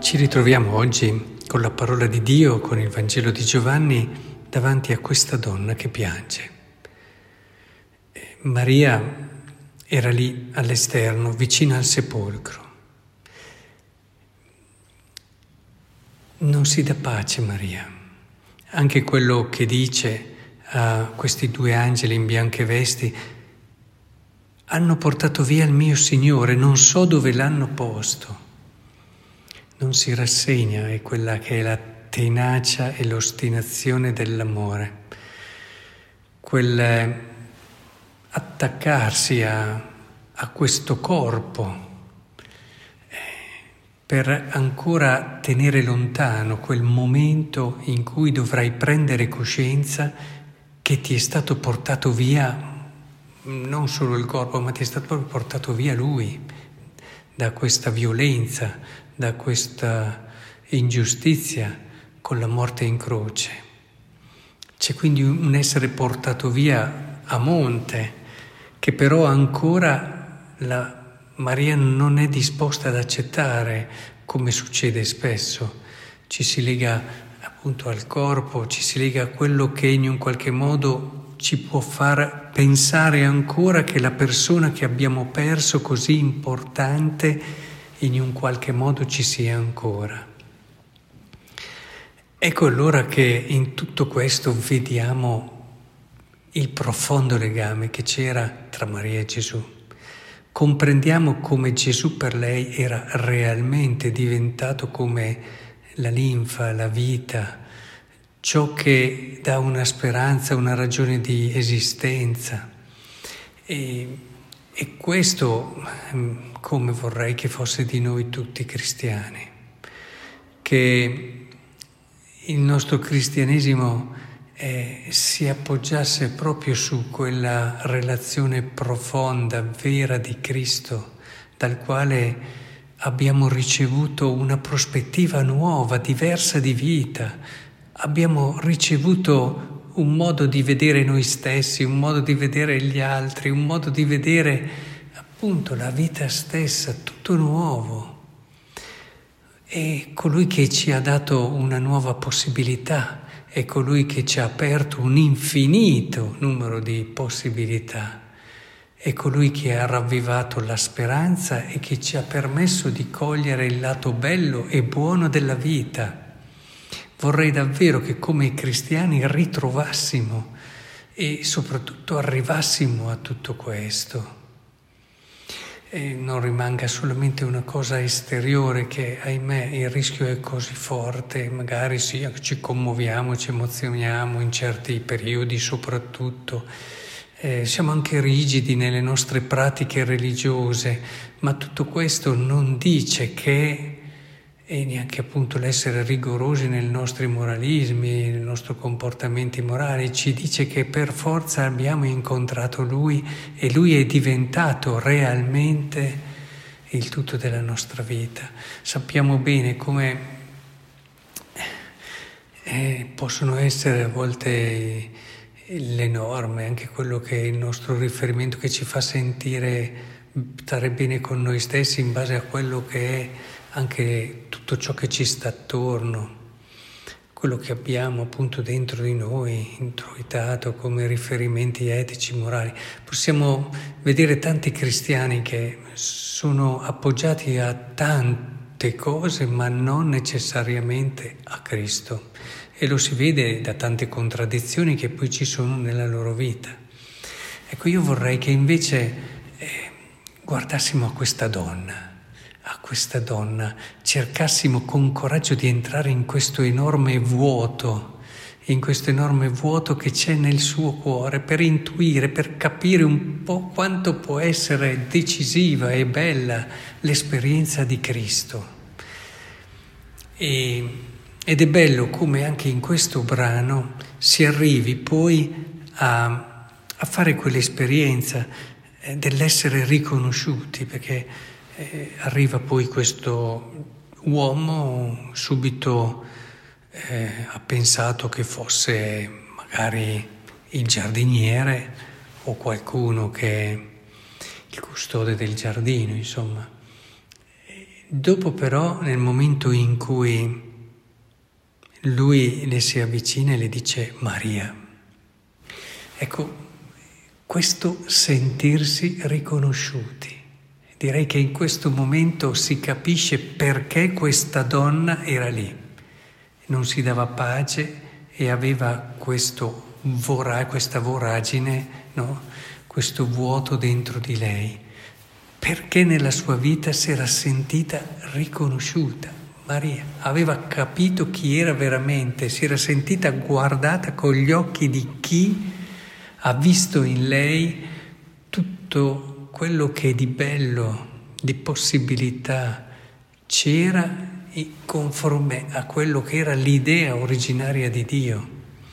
Ci ritroviamo oggi con la parola di Dio, con il Vangelo di Giovanni, davanti a questa donna che piange. Maria era lì all'esterno, vicina al sepolcro. Non si dà pace Maria. Anche quello che dice a questi due angeli in bianche vesti: hanno portato via il mio Signore, non so dove l'hanno posto. Non si rassegna, è quella che è la tenacia e l'ostinazione dell'amore, quel attaccarsi a questo corpo per ancora tenere lontano quel momento in cui dovrai prendere coscienza che ti è stato portato via non solo il corpo, ma ti è stato proprio portato via Lui da questa violenza, da questa ingiustizia con la morte in croce. C'è quindi un essere portato via a monte, che però ancora la Maria non è disposta ad accettare, come succede spesso. Ci si lega appunto al corpo, ci si lega a quello che in un qualche modo ci può far pensare ancora che la persona che abbiamo perso, così importante, in un qualche modo ci sia ancora. Ecco allora che in tutto questo vediamo il profondo legame che c'era tra Maria e Gesù. Comprendiamo come Gesù per lei era realmente diventato come la linfa, la vita, ciò che dà una speranza, una ragione di esistenza. E questo come vorrei che fosse di noi tutti cristiani, che il nostro cristianesimo si appoggiasse proprio su quella relazione profonda, vera di Cristo, dal quale abbiamo ricevuto una prospettiva nuova, diversa di vita. Abbiamo ricevuto un modo di vedere noi stessi, un modo di vedere gli altri, un modo di vedere appunto la vita stessa, tutto nuovo. È colui che ci ha dato una nuova possibilità, è colui che ci ha aperto un infinito numero di possibilità, è colui che ha ravvivato la speranza e che ci ha permesso di cogliere il lato bello e buono della vita. Vorrei davvero che come cristiani ritrovassimo e soprattutto arrivassimo a tutto questo. E non rimanga solamente una cosa esteriore che, ahimè, il rischio è così forte, magari sì, ci commuoviamo, ci emozioniamo in certi periodi soprattutto, siamo anche rigidi nelle nostre pratiche religiose, ma tutto questo non dice che, e neanche appunto l'essere rigorosi nei nostri moralismi, nei nostri comportamenti morali, ci dice che per forza abbiamo incontrato Lui e Lui è diventato realmente il tutto della nostra vita. Sappiamo bene come possono essere a volte le norme, anche quello che è il nostro riferimento, che ci fa sentire stare bene con noi stessi in base a quello che è anche tutto ciò che ci sta attorno, quello che abbiamo appunto dentro di noi, introitato come riferimenti etici, morali. Possiamo vedere tanti cristiani che sono appoggiati a tante cose, ma non necessariamente a Cristo. E lo si vede da tante contraddizioni che poi ci sono nella loro vita. Ecco, io vorrei che invece guardassimo a questa donna, cercassimo con coraggio di entrare in questo enorme vuoto che c'è nel suo cuore, per intuire, per capire un po' quanto può essere decisiva e bella l'esperienza di Cristo. Ed è bello come anche in questo brano si arrivi poi a fare quell'esperienza dell'essere riconosciuti, perché arriva poi questo uomo, subito ha pensato che fosse magari il giardiniere o qualcuno che è il custode del giardino, insomma. Dopo però, nel momento in cui lui le si avvicina e le dice Maria, ecco, questo sentirsi riconosciuti. Direi che in questo momento si capisce perché questa donna era lì. Non si dava pace e aveva questa voragine, no? Questo vuoto dentro di lei, perché nella sua vita si era sentita riconosciuta. Maria aveva capito chi era veramente, si era sentita guardata con gli occhi di chi ha visto in lei tutto quello che di bello, di possibilità c'era conforme a quello che era l'idea originaria di Dio.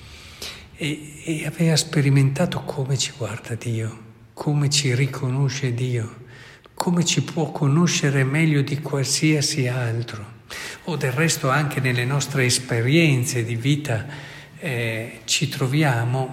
E aveva sperimentato come ci guarda Dio, come ci riconosce Dio, come ci può conoscere meglio di qualsiasi altro. O del resto anche nelle nostre esperienze di vita ci troviamo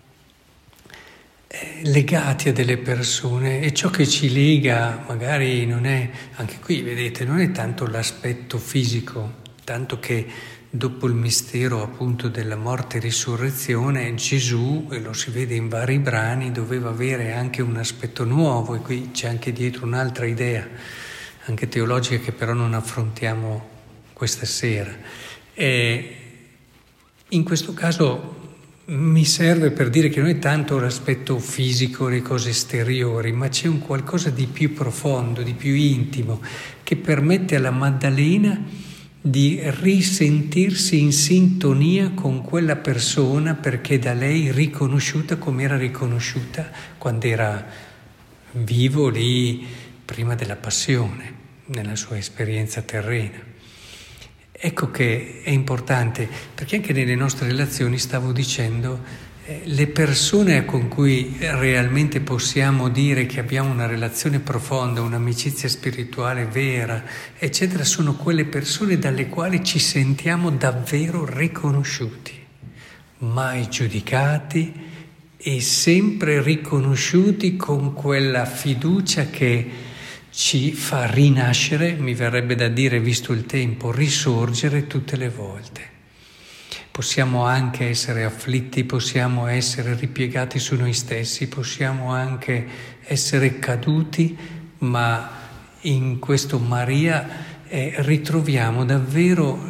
legati a delle persone, e ciò che ci lega magari non è, anche qui vedete, non è tanto l'aspetto fisico, tanto che dopo il mistero appunto della morte e risurrezione, Gesù, e lo si vede in vari brani, doveva avere anche un aspetto nuovo, e qui c'è anche dietro un'altra idea, anche teologica, che però non affrontiamo questa sera. E in questo caso mi serve per dire che non è tanto l'aspetto fisico, le cose esteriori, ma c'è un qualcosa di più profondo, di più intimo, che permette alla Maddalena di risentirsi in sintonia con quella persona, perché da lei riconosciuta come era riconosciuta quando era vivo lì prima della passione, nella sua esperienza terrena. Ecco che è importante, perché anche nelle nostre relazioni, stavo dicendo, le persone con cui realmente possiamo dire che abbiamo una relazione profonda, un'amicizia spirituale vera, eccetera, sono quelle persone dalle quali ci sentiamo davvero riconosciuti, mai giudicati e sempre riconosciuti con quella fiducia che ci fa rinascere, mi verrebbe da dire, visto il tempo, risorgere tutte le volte. Possiamo anche essere afflitti, possiamo essere ripiegati su noi stessi, possiamo anche essere caduti, ma in questo Maria ritroviamo davvero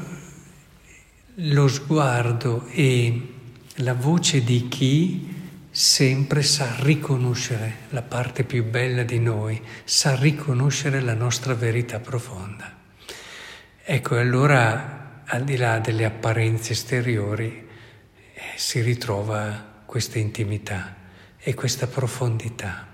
lo sguardo e la voce di chi sempre sa riconoscere la parte più bella di noi, sa riconoscere la nostra verità profonda. Ecco, allora, al di là delle apparenze esteriori, si ritrova questa intimità e questa profondità.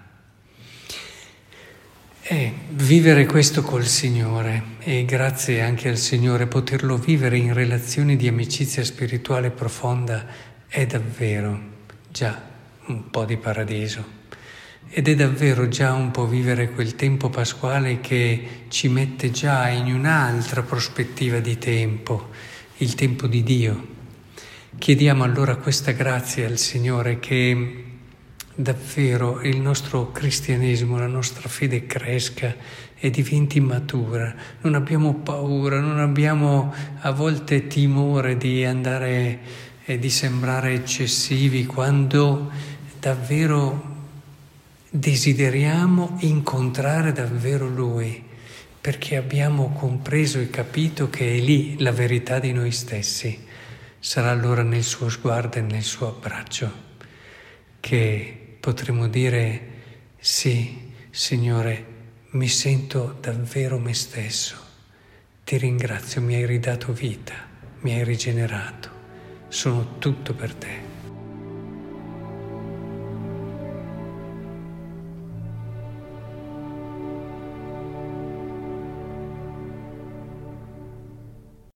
E vivere questo col Signore, e grazie anche al Signore poterlo vivere in relazioni di amicizia spirituale profonda, è davvero già un po' di paradiso, ed è davvero già un po' vivere quel tempo pasquale che ci mette già in un'altra prospettiva di tempo, il tempo di Dio. Chiediamo allora questa grazia al Signore, che davvero il nostro cristianesimo, la nostra fede cresca e diventi matura. Non abbiamo paura, non abbiamo a volte timore di andare e di sembrare eccessivi, quando davvero desideriamo incontrare davvero Lui, perché abbiamo compreso e capito che è lì la verità di noi stessi. Sarà allora nel suo sguardo e nel suo abbraccio che potremo dire: sì, Signore, mi sento davvero me stesso, ti ringrazio, mi hai ridato vita, mi hai rigenerato, sono tutto per te.